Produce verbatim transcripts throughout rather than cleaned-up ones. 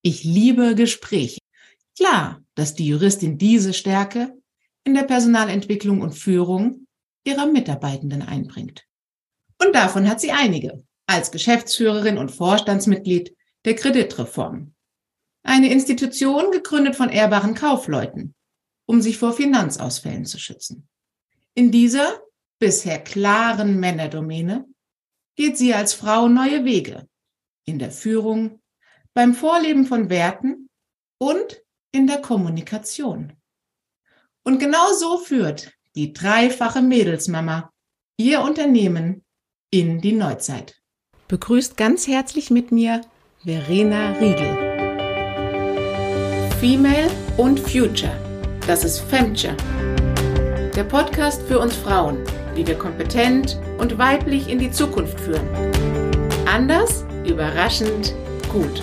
Ich liebe Gespräche. Klar, dass die Juristin diese Stärke in der Personalentwicklung und Führung ihrer Mitarbeitenden einbringt. Und davon hat sie einige als Geschäftsführerin und Vorstandsmitglied der Kreditreform. Eine Institution gegründet von ehrbaren Kaufleuten, um sich vor Finanzausfällen zu schützen. In dieser bisher klaren Männerdomäne geht sie als Frau neue Wege in der Führung, beim Vorleben von Werten und in der Kommunikation. Und genau so führt die dreifache Mädelsmama ihr Unternehmen in die Neuzeit. Begrüßt ganz herzlich mit mir Verena Riegel. Female und Future, das ist Femture. Der Podcast für uns Frauen, wie wir kompetent und weiblich in die Zukunft führen. Anders, überraschend, gut.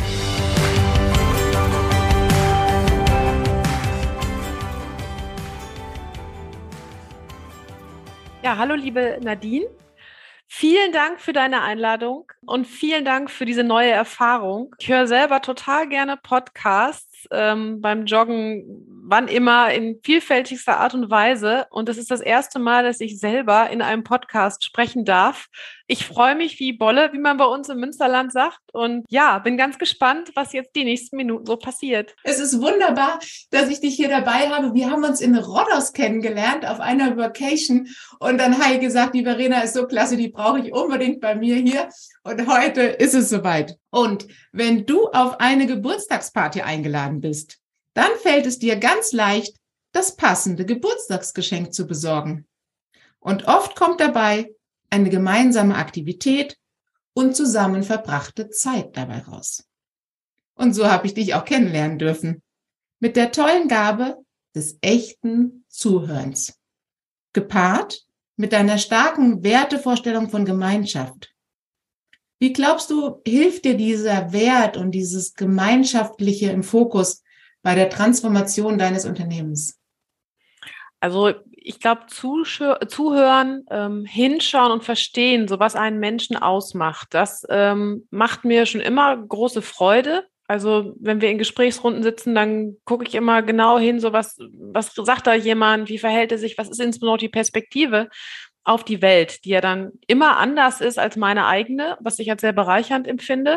Ja, hallo liebe Nadine. Vielen Dank für deine Einladung und vielen Dank für diese neue Erfahrung. Ich höre selber total gerne Podcasts ähm, beim Joggen, wann immer, in vielfältigster Art und Weise. Und das ist das erste Mal, dass ich selber in einem Podcast sprechen darf. Ich freue mich wie Bolle, wie man bei uns im Münsterland sagt. Und ja, bin ganz gespannt, was jetzt die nächsten Minuten so passiert. Es ist wunderbar, dass ich dich hier dabei habe. Wir haben uns in Rhodos kennengelernt auf einer Vacation. Und dann habe ich gesagt, die Verena ist so klasse, die brauche ich unbedingt bei mir hier. Und heute ist es soweit. Und wenn du auf eine Geburtstagsparty eingeladen bist, dann fällt es dir ganz leicht, das passende Geburtstagsgeschenk zu besorgen. Und oft kommt dabei eine gemeinsame Aktivität und zusammen verbrachte Zeit dabei raus. Und so habe ich dich auch kennenlernen dürfen. Mit der tollen Gabe des echten Zuhörens. Gepaart mit deiner starken Wertevorstellung von Gemeinschaft. Wie glaubst du, hilft dir dieser Wert und dieses Gemeinschaftliche im Fokus bei der Transformation deines Unternehmens? Also ich glaube, zuhören, ähm, hinschauen und verstehen, so was einen Menschen ausmacht, das ähm, macht mir schon immer große Freude. Also wenn wir in Gesprächsrunden sitzen, dann gucke ich immer genau hin, so was, was sagt da jemand, wie verhält er sich, was ist insbesondere die Perspektive auf die Welt, die ja dann immer anders ist als meine eigene, was ich als sehr bereichernd empfinde.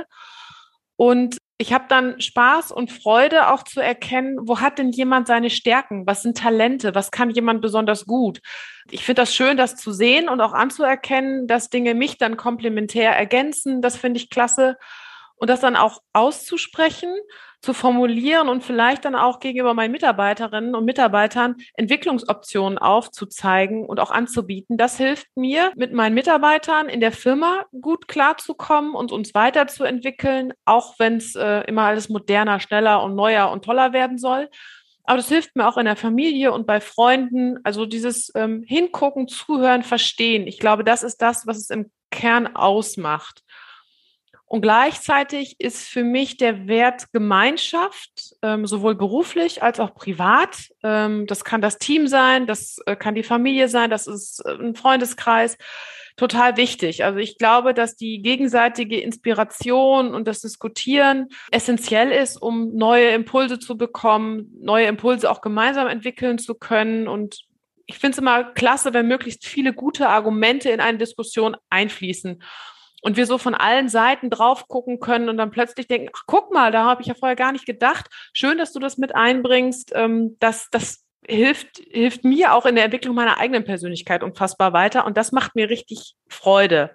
Und ich habe dann Spaß und Freude auch zu erkennen, wo hat denn jemand seine Stärken? Was sind Talente? Was kann jemand besonders gut? Ich finde das schön, das zu sehen und auch anzuerkennen, dass Dinge mich dann komplementär ergänzen. Das finde ich klasse. Und das dann auch auszusprechen, zu formulieren und vielleicht dann auch gegenüber meinen Mitarbeiterinnen und Mitarbeitern Entwicklungsoptionen aufzuzeigen und auch anzubieten. Das hilft mir, mit meinen Mitarbeitern in der Firma gut klarzukommen und uns weiterzuentwickeln, auch wenn es äh, immer alles moderner, schneller und neuer und toller werden soll. Aber das hilft mir auch in der Familie und bei Freunden. Also dieses ähm, Hingucken, Zuhören, Verstehen. Ich glaube, das ist das, was es im Kern ausmacht. Und gleichzeitig ist für mich der Wert Gemeinschaft, ähm, sowohl beruflich als auch privat. Ähm, das kann das Team sein, das äh, kann die Familie sein, das ist äh, ein Freundeskreis, total wichtig. Also ich glaube, dass die gegenseitige Inspiration und das Diskutieren essentiell ist, um neue Impulse zu bekommen, neue Impulse auch gemeinsam entwickeln zu können. Und ich finde es immer klasse, wenn möglichst viele gute Argumente in eine Diskussion einfließen. Und wir so von allen Seiten drauf gucken können und dann plötzlich denken, ach, guck mal, da habe ich ja vorher gar nicht gedacht. Schön, dass du das mit einbringst. Das, das hilft, hilft mir auch in der Entwicklung meiner eigenen Persönlichkeit unfassbar weiter. Und das macht mir richtig Freude.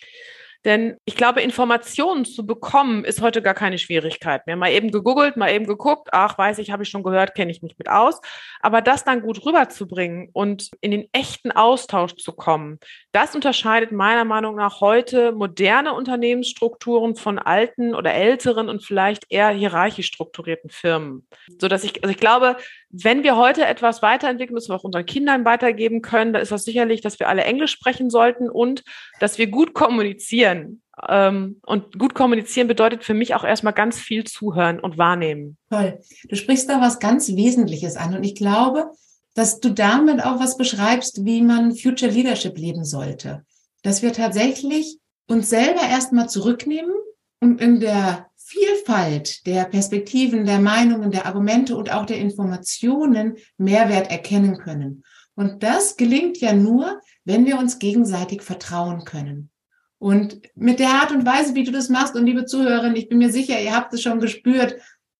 Denn ich glaube, Informationen zu bekommen, ist heute gar keine Schwierigkeit mehr. Mal eben gegoogelt, mal eben geguckt, ach, weiß ich, habe ich schon gehört, kenne ich mich mit aus. Aber das dann gut rüberzubringen und in den echten Austausch zu kommen, das unterscheidet meiner Meinung nach heute moderne Unternehmensstrukturen von alten oder älteren und vielleicht eher hierarchisch strukturierten Firmen. Sodass ich, also ich glaube, wenn wir heute etwas weiterentwickeln, müssen wir auch unseren Kindern weitergeben können, da ist das sicherlich, dass wir alle Englisch sprechen sollten und dass wir gut kommunizieren. Und gut kommunizieren bedeutet für mich auch erstmal ganz viel zuhören und wahrnehmen. Toll. Du sprichst da was ganz Wesentliches an. Und ich glaube, dass du damit auch was beschreibst, wie man Future Leadership leben sollte. Dass wir tatsächlich uns selber erstmal zurücknehmen und in der Vielfalt der Perspektiven, der Meinungen, der Argumente und auch der Informationen Mehrwert erkennen können. Und das gelingt ja nur, wenn wir uns gegenseitig vertrauen können. Und mit der Art und Weise, wie du das machst, und liebe Zuhörerinnen, ich bin mir sicher, ihr habt es schon gespürt,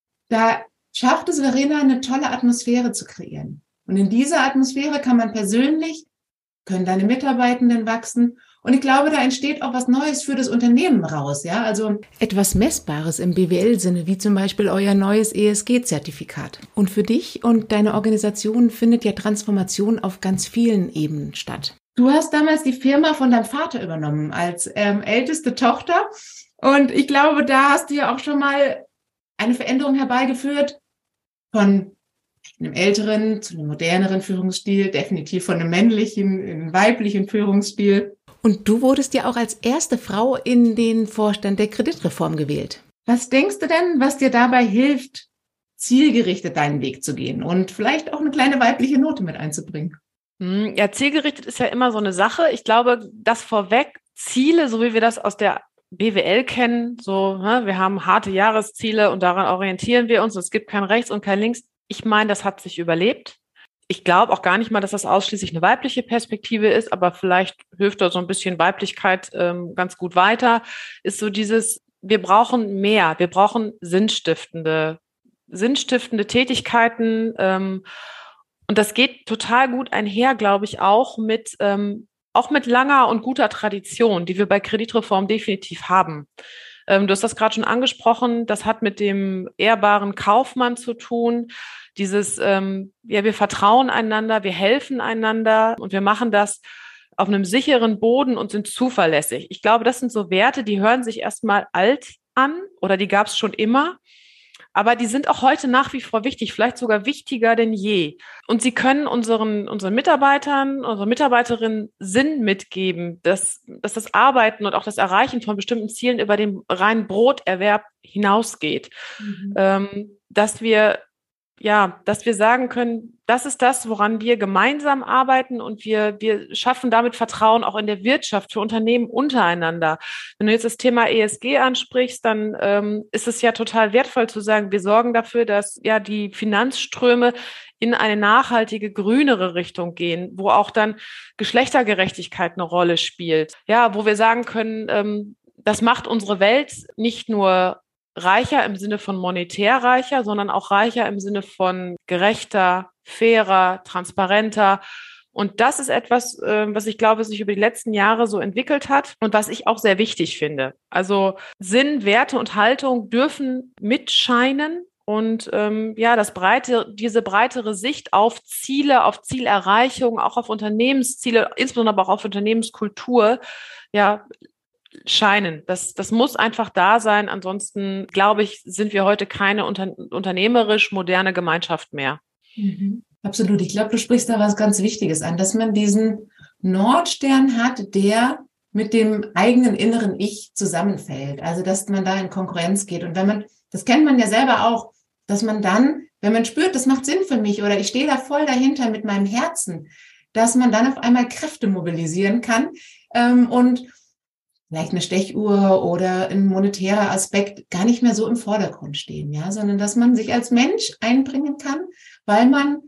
da schafft es Verena, eine tolle Atmosphäre zu kreieren. Und in dieser Atmosphäre kann man persönlich, können deine Mitarbeitenden wachsen. Und ich glaube, da entsteht auch was Neues für das Unternehmen raus. Ja, also etwas Messbares im B W L-Sinne, wie zum Beispiel euer neues E S G-Zertifikat. Und für dich und deine Organisation findet ja Transformation auf ganz vielen Ebenen statt. Du hast damals die Firma von deinem Vater übernommen als ähm, älteste Tochter. Und ich glaube, da hast du ja auch schon mal eine Veränderung herbeigeführt von einem älteren zu einem moderneren Führungsstil, definitiv von einem männlichen in einen weiblichen Führungsstil. Und du wurdest ja auch als erste Frau in den Vorstand der Kreditreform gewählt. Was denkst du denn, was dir dabei hilft, zielgerichtet deinen Weg zu gehen und vielleicht auch eine kleine weibliche Note mit einzubringen? Ja, zielgerichtet ist ja immer so eine Sache. Ich glaube, dass vorweg Ziele, so wie wir das aus der B W L kennen, so, ne, wir haben harte Jahresziele und daran orientieren wir uns. Es gibt kein Rechts und kein Links. Ich meine, das hat sich überlebt. Ich glaube auch gar nicht mal, dass das ausschließlich eine weibliche Perspektive ist, aber vielleicht hilft da so ein bisschen Weiblichkeit ähm, ganz gut weiter. Ist so dieses, wir brauchen mehr, wir brauchen sinnstiftende, sinnstiftende Tätigkeiten. Ähm, und das geht total gut einher, glaube ich, auch mit ähm, auch mit langer und guter Tradition, die wir bei Kreditreform definitiv haben. Ähm, du hast das gerade schon angesprochen, das hat mit dem ehrbaren Kaufmann zu tun. Dieses, ähm, ja, wir vertrauen einander, wir helfen einander und wir machen das auf einem sicheren Boden und sind zuverlässig. Ich glaube, das sind so Werte, die hören sich erstmal alt an oder die gab es schon immer. Aber die sind auch heute nach wie vor wichtig, vielleicht sogar wichtiger denn je. Und sie können unseren, unseren Mitarbeitern, unseren Mitarbeiterinnen Sinn mitgeben, dass, dass das Arbeiten und auch das Erreichen von bestimmten Zielen über den reinen Broterwerb hinausgeht. Mhm. Ähm, dass wir, ja, dass wir sagen können, das ist das, woran wir gemeinsam arbeiten und wir, wir schaffen damit Vertrauen auch in der Wirtschaft für Unternehmen untereinander. Wenn du jetzt das Thema E S G ansprichst, dann ähm, ist es ja total wertvoll zu sagen, wir sorgen dafür, dass ja die Finanzströme in eine nachhaltige, grünere Richtung gehen, wo auch dann Geschlechtergerechtigkeit eine Rolle spielt. Ja, wo wir sagen können, ähm, das macht unsere Welt nicht nur reicher im Sinne von monetär reicher, sondern auch reicher im Sinne von gerechter, fairer, transparenter. Und das ist etwas, was ich glaube, sich über die letzten Jahre so entwickelt hat und was ich auch sehr wichtig finde. Also Sinn, Werte und Haltung dürfen mitscheinen. Und ähm, ja, das breite, diese breitere Sicht auf Ziele, auf Zielerreichung, auch auf Unternehmensziele, insbesondere aber auch auf Unternehmenskultur, ja, scheinen. Das, das muss einfach da sein. Ansonsten, glaube ich, sind wir heute keine unter, unternehmerisch moderne Gemeinschaft mehr. Mhm. Absolut. Ich glaube, du sprichst da was ganz Wichtiges an, dass man diesen Nordstern hat, der mit dem eigenen inneren Ich zusammenfällt. Also, dass man da in Konkurrenz geht. Und wenn man, das kennt man ja selber auch, dass man dann, wenn man spürt, das macht Sinn für mich oder ich stehe da voll dahinter mit meinem Herzen, dass man dann auf einmal Kräfte mobilisieren kann ähm, und vielleicht eine Stechuhr oder ein monetärer Aspekt gar nicht mehr so im Vordergrund stehen, ja, sondern dass man sich als Mensch einbringen kann, weil man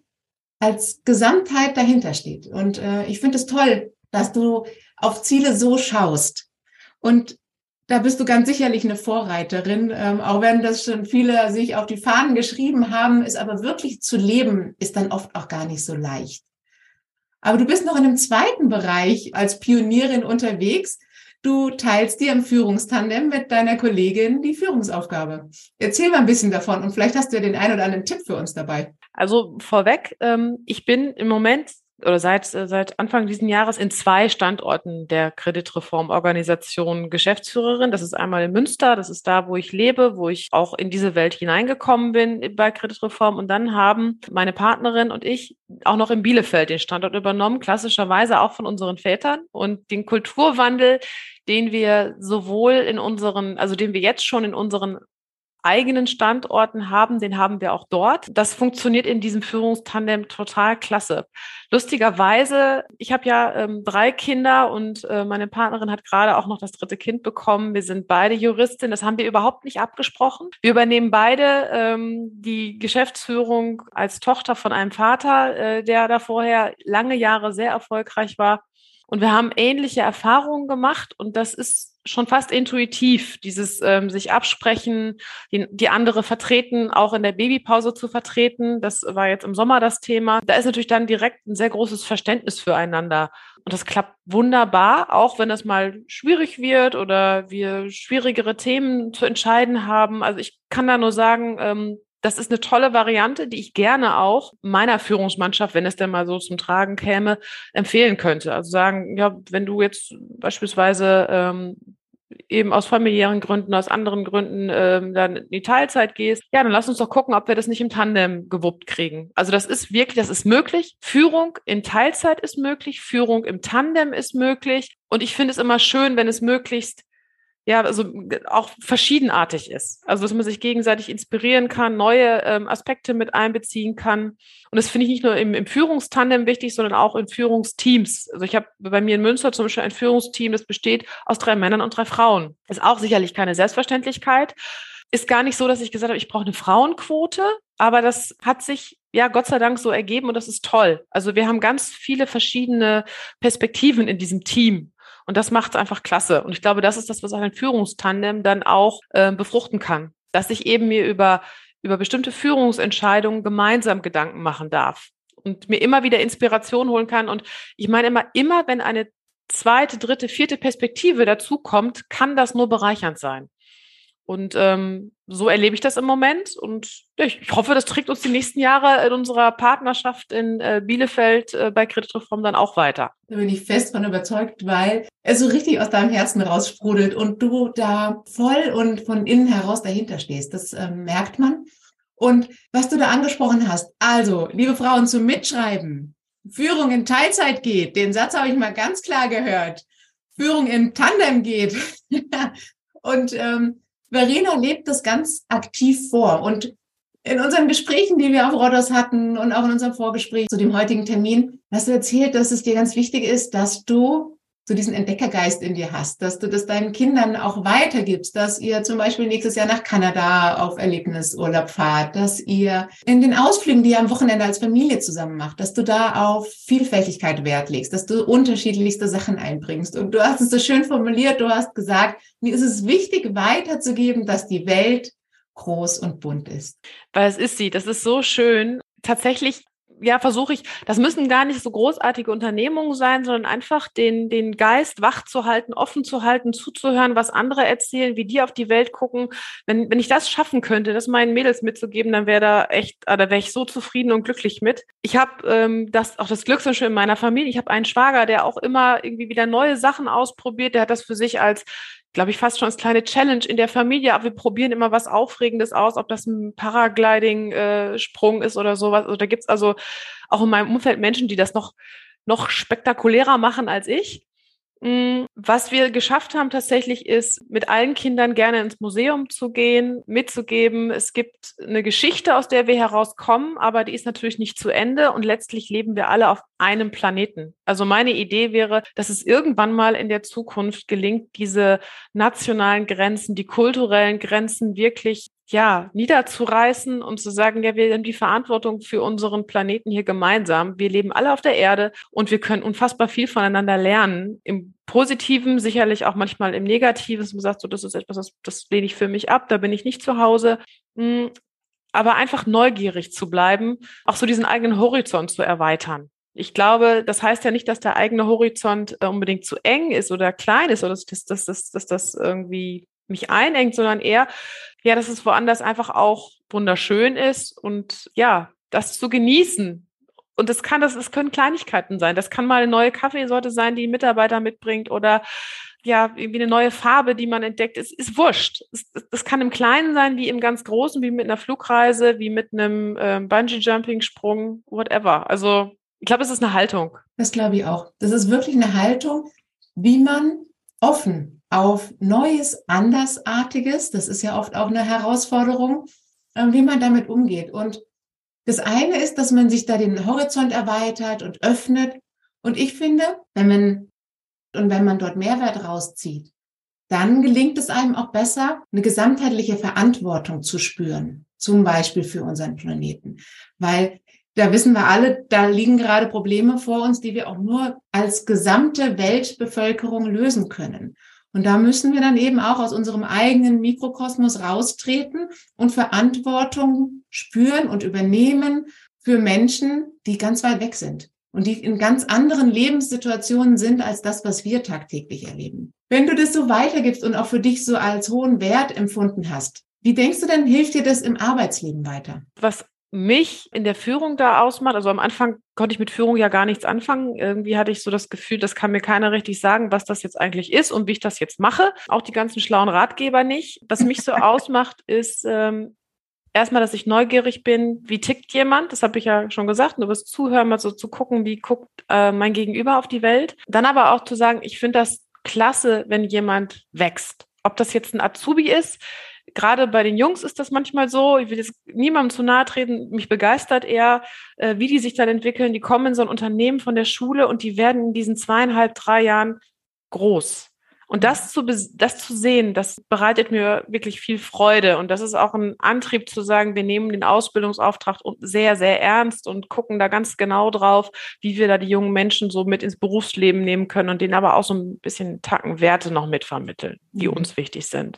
als Gesamtheit dahinter steht. Und äh, ich finde es toll, dass du auf Ziele so schaust. Und da bist du ganz sicherlich eine Vorreiterin, ähm, auch wenn das schon viele sich auf die Fahnen geschrieben haben, ist aber wirklich zu leben, ist dann oft auch gar nicht so leicht. Aber du bist noch in einem zweiten Bereich als Pionierin unterwegs. Du teilst dir im Führungstandem mit deiner Kollegin die Führungsaufgabe. Erzähl mal ein bisschen davon und vielleicht hast du ja den einen oder anderen Tipp für uns dabei. Also vorweg, ähm, ich bin im Moment oder seit, äh, seit Anfang dieses Jahres in zwei Standorten der Kreditreformorganisation Geschäftsführerin. Das ist einmal in Münster, das ist da, wo ich lebe, wo ich auch in diese Welt hineingekommen bin bei Kreditreform. Und dann haben meine Partnerin und ich auch noch in Bielefeld den Standort übernommen, klassischerweise auch von unseren Vätern. Und den Kulturwandel, den wir sowohl in unseren, also den wir jetzt schon in unseren eigenen Standorten haben, den haben wir auch dort. Das funktioniert in diesem Führungstandem total klasse. Lustigerweise, ich habe ja ähm, drei Kinder und äh, meine Partnerin hat gerade auch noch das dritte Kind bekommen. Wir sind beide Juristin, das haben wir überhaupt nicht abgesprochen. Wir übernehmen beide ähm, die Geschäftsführung als Tochter von einem Vater, äh, der da vorher lange Jahre sehr erfolgreich war. Und wir haben ähnliche Erfahrungen gemacht und das ist schon fast intuitiv, dieses ähm, sich absprechen, die, die andere vertreten, auch in der Babypause zu vertreten. Das war jetzt im Sommer das Thema. Da ist natürlich dann direkt ein sehr großes Verständnis füreinander. Und das klappt wunderbar, auch wenn es mal schwierig wird oder wir schwierigere Themen zu entscheiden haben. Also ich kann da nur sagen, ähm, das ist eine tolle Variante, die ich gerne auch meiner Führungsmannschaft, wenn es denn mal so zum Tragen käme, empfehlen könnte. Also sagen, ja, wenn du jetzt beispielsweise ähm, eben aus familiären Gründen, aus anderen Gründen ähm, dann in die Teilzeit gehst, ja, dann lass uns doch gucken, ob wir das nicht im Tandem gewuppt kriegen. Also das ist wirklich, das ist möglich. Führung in Teilzeit ist möglich, Führung im Tandem ist möglich. Und ich finde es immer schön, wenn es möglichst ja, also auch verschiedenartig ist. Also, dass man sich gegenseitig inspirieren kann, neue ähm, Aspekte mit einbeziehen kann. Und das finde ich nicht nur im, im Führungstandem wichtig, sondern auch in Führungsteams. Also ich habe bei mir in Münster zum Beispiel ein Führungsteam, das besteht aus drei Männern und drei Frauen. Ist auch sicherlich keine Selbstverständlichkeit. Ist gar nicht so, dass ich gesagt habe, ich brauche eine Frauenquote, aber das hat sich ja Gott sei Dank so ergeben und das ist toll. Also wir haben ganz viele verschiedene Perspektiven in diesem Team. Und das macht es einfach klasse. Und ich glaube, das ist das, was ein Führungstandem dann auch äh, befruchten kann. Dass ich eben mir über, über bestimmte Führungsentscheidungen gemeinsam Gedanken machen darf und mir immer wieder Inspiration holen kann. Und ich meine immer, immer wenn eine zweite, dritte, vierte Perspektive dazukommt, kann das nur bereichernd sein. Und ähm, so erlebe ich das im Moment. Und ich hoffe, das trägt uns die nächsten Jahre in unserer Partnerschaft in äh, Bielefeld äh, bei Kreditreform dann auch weiter. Da bin ich fest von überzeugt, weil es so richtig aus deinem Herzen raussprudelt und du da voll und von innen heraus dahinter stehst. Das äh, merkt man. Und was du da angesprochen hast, also, liebe Frauen, zum Mitschreiben, Führung in Teilzeit geht, den Satz habe ich mal ganz klar gehört. Führung in Tandem geht. Und ähm, Verena lebt das ganz aktiv vor. Und in unseren Gesprächen, die wir auf Rhodos hatten und auch in unserem Vorgespräch zu dem heutigen Termin, hast du erzählt, dass es dir ganz wichtig ist, dass du so diesen Entdeckergeist in dir hast, dass du das deinen Kindern auch weitergibst, dass ihr zum Beispiel nächstes Jahr nach Kanada auf Erlebnisurlaub fahrt, dass ihr in den Ausflügen, die ihr am Wochenende als Familie zusammen macht, dass du da auf Vielfältigkeit Wert legst, dass du unterschiedlichste Sachen einbringst. Und du hast es so schön formuliert, du hast gesagt, mir ist es wichtig, weiterzugeben, dass die Welt groß und bunt ist. Weil es ist sie, das ist so schön. Tatsächlich ja, versuche ich, das müssen gar nicht so großartige Unternehmungen sein, sondern einfach den, den Geist wach zu halten, offen zu halten, zuzuhören, was andere erzählen, wie die auf die Welt gucken. Wenn, wenn ich das schaffen könnte, das meinen Mädels mitzugeben, dann wäre da echt, da wäre ich so zufrieden und glücklich mit. Ich habe ähm, das auch das Glück so schön in meiner Familie. Ich habe einen Schwager, der auch immer irgendwie wieder neue Sachen ausprobiert. Der hat das für sich als glaube ich, fast schon als kleine Challenge in der Familie, aber wir probieren immer was Aufregendes aus, ob das ein Paragliding-Sprung äh, ist oder sowas. Also da gibt's also auch in meinem Umfeld Menschen, die das noch, noch spektakulärer machen als ich. Was wir geschafft haben tatsächlich ist, mit allen Kindern gerne ins Museum zu gehen, mitzugeben. Es gibt eine Geschichte, aus der wir herauskommen, aber die ist natürlich nicht zu Ende und letztlich leben wir alle auf einem Planeten. Also meine Idee wäre, dass es irgendwann mal in der Zukunft gelingt, diese nationalen Grenzen, die kulturellen Grenzen wirklich ja, niederzureißen und zu sagen, ja, wir haben die Verantwortung für unseren Planeten hier gemeinsam. Wir leben alle auf der Erde und wir können unfassbar viel voneinander lernen. Im Positiven, sicherlich auch manchmal im Negativen. Man sagt so, das ist etwas, das, das lehne ich für mich ab, da bin ich nicht zu Hause. Aber einfach neugierig zu bleiben, auch so diesen eigenen Horizont zu erweitern. Ich glaube, das heißt ja nicht, dass der eigene Horizont unbedingt zu eng ist oder klein ist oder dass, dass, dass, dass, dass das irgendwie mich einengt, sondern eher, ja, dass es woanders einfach auch wunderschön ist und ja, das zu genießen. Und das kann, das, das können Kleinigkeiten sein. Das kann mal eine neue Kaffeesorte sein, die ein Mitarbeiter mitbringt oder ja, irgendwie eine neue Farbe, die man entdeckt. Es ist wurscht. Es, das kann im Kleinen sein, wie im ganz Großen, wie mit einer Flugreise, wie mit einem äh, Bungee-Jumping-Sprung, whatever. Also ich glaube, es ist eine Haltung. Das glaube ich auch. Das ist wirklich eine Haltung, wie man offen auf Neues, Andersartiges. Das ist ja oft auch eine Herausforderung, wie man damit umgeht. Und das eine ist, dass man sich da den Horizont erweitert und öffnet. Und ich finde, wenn man, und wenn man dort Mehrwert rauszieht, dann gelingt es einem auch besser, eine gesamtheitliche Verantwortung zu spüren. Zum Beispiel für unseren Planeten. Weil da wissen wir alle, da liegen gerade Probleme vor uns, die wir auch nur als gesamte Weltbevölkerung lösen können. Und da müssen wir dann eben auch aus unserem eigenen Mikrokosmos raustreten und Verantwortung spüren und übernehmen für Menschen, die ganz weit weg sind und die in ganz anderen Lebenssituationen sind als das, was wir tagtäglich erleben. Wenn du das so weitergibst und auch für dich so als hohen Wert empfunden hast, wie denkst du denn, hilft dir das im Arbeitsleben weiter? Was mich in der Führung da ausmacht, also am Anfang konnte ich mit Führung ja gar nichts anfangen. Irgendwie hatte ich so das Gefühl, das kann mir keiner richtig sagen, was das jetzt eigentlich ist und wie ich das jetzt mache. Auch die ganzen schlauen Ratgeber nicht. Was mich so ausmacht, ist ähm, erstmal, dass ich neugierig bin, wie tickt jemand? Das habe ich ja schon gesagt, nur das Zuhören, mal so zu gucken, wie guckt äh, mein Gegenüber auf die Welt. Dann aber auch zu sagen, ich finde das klasse, wenn jemand wächst. Ob das jetzt ein Azubi ist, gerade bei den Jungs ist das manchmal so, ich will jetzt niemandem zu nahe treten, mich begeistert eher, äh, wie die sich dann entwickeln. Die kommen in so ein Unternehmen von der Schule und die werden in diesen zweieinhalb, drei Jahren groß. Und das zu, das zu sehen, das bereitet mir wirklich viel Freude. Und das ist auch ein Antrieb zu sagen, wir nehmen den Ausbildungsauftrag sehr, sehr ernst und gucken da ganz genau drauf, wie wir da die jungen Menschen so mit ins Berufsleben nehmen können und denen aber auch so ein bisschen Tacken Werte noch mitvermitteln, die mhm. uns wichtig sind.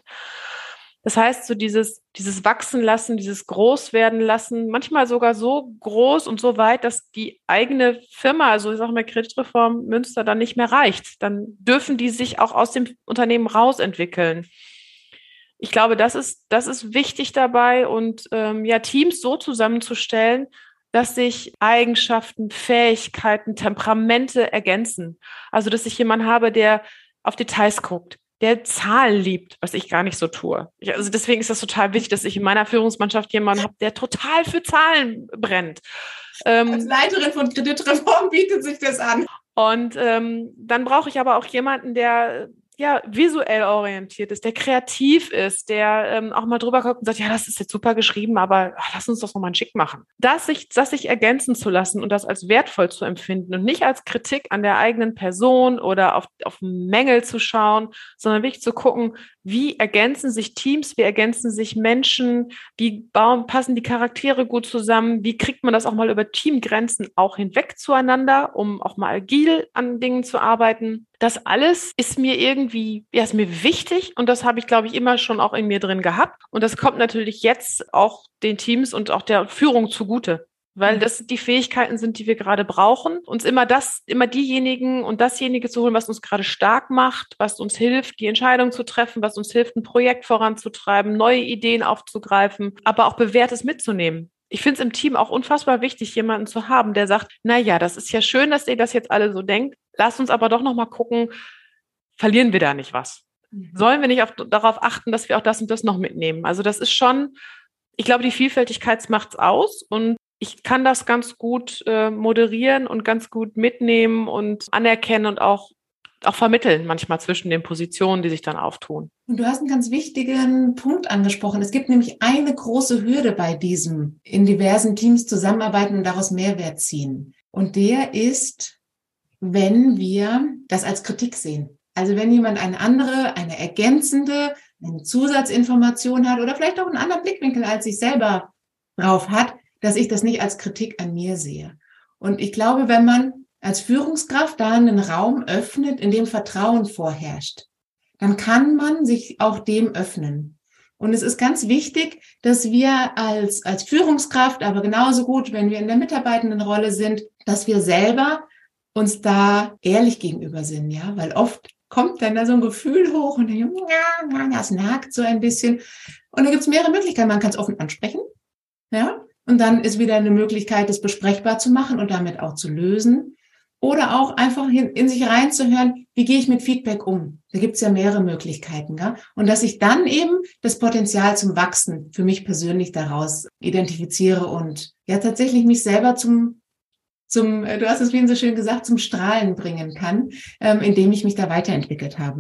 Das heißt, so dieses, dieses Wachsen lassen, dieses Großwerden lassen, manchmal sogar so groß und so weit, dass die eigene Firma, also ich sage mal Kreditreform Münster, dann nicht mehr reicht. Dann dürfen die sich auch aus dem Unternehmen rausentwickeln. Ich glaube, das ist, das ist wichtig dabei und ähm, ja, Teams so zusammenzustellen, dass sich Eigenschaften, Fähigkeiten, Temperamente ergänzen. Also, dass ich jemanden habe, der auf Details guckt, der Zahlen liebt, was ich gar nicht so tue. Ich, also deswegen ist das total wichtig, dass ich in meiner Führungsmannschaft jemanden habe, der total für Zahlen brennt. Ähm, Als Leiterin von Kreditreform bietet sich das an. Und ähm, dann brauche ich aber auch jemanden, der ja visuell orientiert ist, der kreativ ist, der ähm, auch mal drüber guckt und sagt, ja, das ist jetzt super geschrieben, aber ach, lass uns das nochmal schick machen. Das sich, das sich ergänzen zu lassen und das als wertvoll zu empfinden und nicht als Kritik an der eigenen Person oder auf, auf Mängel zu schauen, sondern wirklich zu gucken, wie ergänzen sich Teams, wie ergänzen sich Menschen, wie bauen, passen die Charaktere gut zusammen, wie kriegt man das auch mal über Teamgrenzen auch hinweg zueinander, um auch mal agil an Dingen zu arbeiten. Das alles ist mir irgendwie, ja, ist mir wichtig und das habe ich, glaube ich, immer schon auch in mir drin gehabt. Und das kommt natürlich jetzt auch den Teams und auch der Führung zugute, weil das die Fähigkeiten sind, die wir gerade brauchen. Uns immer das, immer diejenigen und dasjenige zu holen, was uns gerade stark macht, was uns hilft, die Entscheidung zu treffen, was uns hilft, ein Projekt voranzutreiben, neue Ideen aufzugreifen, aber auch Bewährtes mitzunehmen. Ich finde es im Team auch unfassbar wichtig, jemanden zu haben, der sagt, na ja, das ist ja schön, dass ihr das jetzt alle so denkt. Lasst uns aber doch noch mal gucken, verlieren wir da nicht was? Mhm. Sollen wir nicht auf, darauf achten, dass wir auch das und das noch mitnehmen? Also das ist schon, ich glaube, die Vielfältigkeit macht's aus und ich kann das ganz gut äh, moderieren und ganz gut mitnehmen und anerkennen und auch auch vermitteln, manchmal zwischen den Positionen, die sich dann auftun. Und du hast einen ganz wichtigen Punkt angesprochen. Es gibt nämlich eine große Hürde bei diesem in diversen Teams zusammenarbeiten und daraus Mehrwert ziehen. Und der ist, wenn wir das als Kritik sehen. Also wenn jemand eine andere, eine ergänzende, eine Zusatzinformation hat oder vielleicht auch einen anderen Blickwinkel als ich selber drauf hat, dass ich das nicht als Kritik an mir sehe. Und ich glaube, wenn man als Führungskraft da einen Raum öffnet, in dem Vertrauen vorherrscht, dann kann man sich auch dem öffnen. Und es ist ganz wichtig, dass wir als, als Führungskraft, aber genauso gut, wenn wir in der Mitarbeitendenrolle sind, dass wir selber uns da ehrlich gegenüber sind, ja, weil oft kommt dann da so ein Gefühl hoch und dann, ja, das nagt so ein bisschen. Und da gibt es mehrere Möglichkeiten. Man kann es offen ansprechen, ja, und dann ist wieder eine Möglichkeit, das besprechbar zu machen und damit auch zu lösen. Oder auch einfach in, in sich reinzuhören, wie gehe ich mit Feedback um? Da gibt es ja mehrere Möglichkeiten. Gell? Und dass ich dann eben das Potenzial zum Wachsen für mich persönlich daraus identifiziere und ja tatsächlich mich selber zum, zum du hast es vorhin so schön gesagt, zum Strahlen bringen kann, ähm, indem ich mich da weiterentwickelt habe.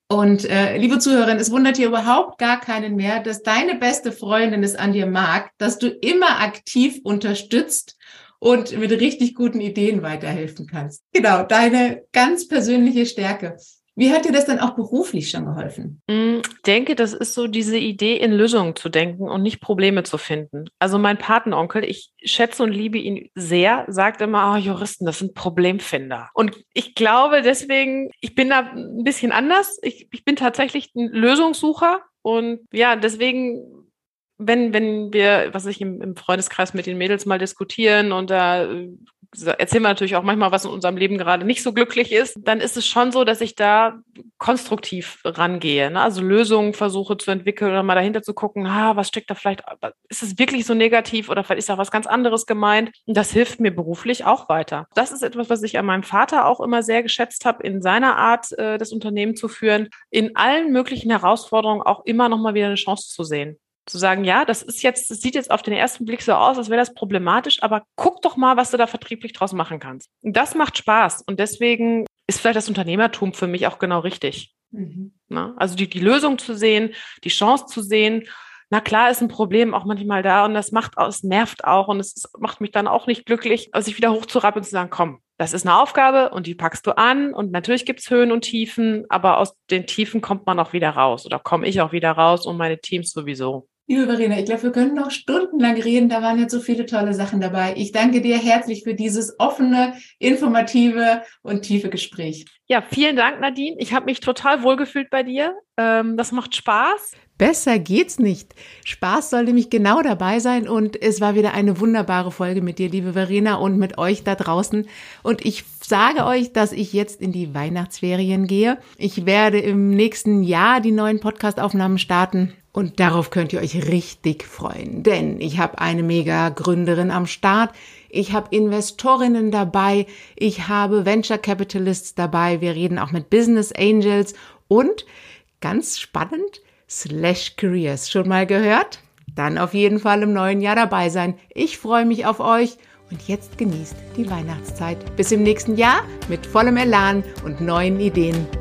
Und äh, liebe Zuhörerin, es wundert hier überhaupt gar keinen mehr, dass deine beste Freundin es an dir mag, dass du immer aktiv unterstützt und mit richtig guten Ideen weiterhelfen kannst. Genau, deine ganz persönliche Stärke. Wie hat dir das dann auch beruflich schon geholfen? Ich denke, das ist so diese Idee, in Lösungen zu denken und nicht Probleme zu finden. Also mein Patenonkel, ich schätze und liebe ihn sehr, sagt immer, oh, Juristen, das sind Problemfinder. Und ich glaube deswegen, ich bin da ein bisschen anders. Ich, ich bin tatsächlich ein Lösungssucher und ja, deswegen Wenn, wenn wir, was ich im, im Freundeskreis mit den Mädels mal diskutieren und da äh, erzählen wir natürlich auch manchmal, was in unserem Leben gerade nicht so glücklich ist, dann ist es schon so, dass ich da konstruktiv rangehe, ne? Also Lösungen versuche zu entwickeln oder mal dahinter zu gucken, ah, was steckt da vielleicht, ist es wirklich so negativ oder vielleicht ist da was ganz anderes gemeint? Und das hilft mir beruflich auch weiter. Das ist etwas, was ich an meinem Vater auch immer sehr geschätzt habe, in seiner Art, äh, das Unternehmen zu führen, in allen möglichen Herausforderungen auch immer noch mal wieder eine Chance zu sehen. Zu sagen, ja, das ist jetzt, das sieht jetzt auf den ersten Blick so aus, als wäre das problematisch, aber guck doch mal, was du da vertrieblich draus machen kannst. Und das macht Spaß und deswegen ist vielleicht das Unternehmertum für mich auch genau richtig. Mhm. Na, also die, die Lösung zu sehen, die Chance zu sehen. Na klar ist ein Problem auch manchmal da und das macht, es nervt auch und es macht mich dann auch nicht glücklich, sich wieder hochzurappeln und zu sagen, komm, das ist eine Aufgabe und die packst du an und natürlich gibt's Höhen und Tiefen, aber aus den Tiefen kommt man auch wieder raus oder komme ich auch wieder raus und meine Teams sowieso. Liebe Verena, ich glaube, wir können noch stundenlang reden. Da waren jetzt so viele tolle Sachen dabei. Ich danke dir herzlich für dieses offene, informative und tiefe Gespräch. Ja, vielen Dank, Nadine. Ich habe mich total wohlgefühlt bei dir. Ähm, das macht Spaß. Besser geht's nicht. Spaß soll nämlich genau dabei sein und es war wieder eine wunderbare Folge mit dir, liebe Verena, und mit euch da draußen. Und ich sage euch, dass ich jetzt in die Weihnachtsferien gehe. Ich werde im nächsten Jahr die neuen Podcast-Aufnahmen starten. Und darauf könnt ihr euch richtig freuen, denn ich habe eine mega Gründerin am Start, ich habe Investorinnen dabei, ich habe Venture Capitalists dabei, wir reden auch mit Business Angels und ganz spannend, Slash Careers. Schon mal gehört? Dann auf jeden Fall im neuen Jahr dabei sein. Ich freue mich auf euch und jetzt genießt die Weihnachtszeit. Bis im nächsten Jahr mit vollem Elan und neuen Ideen.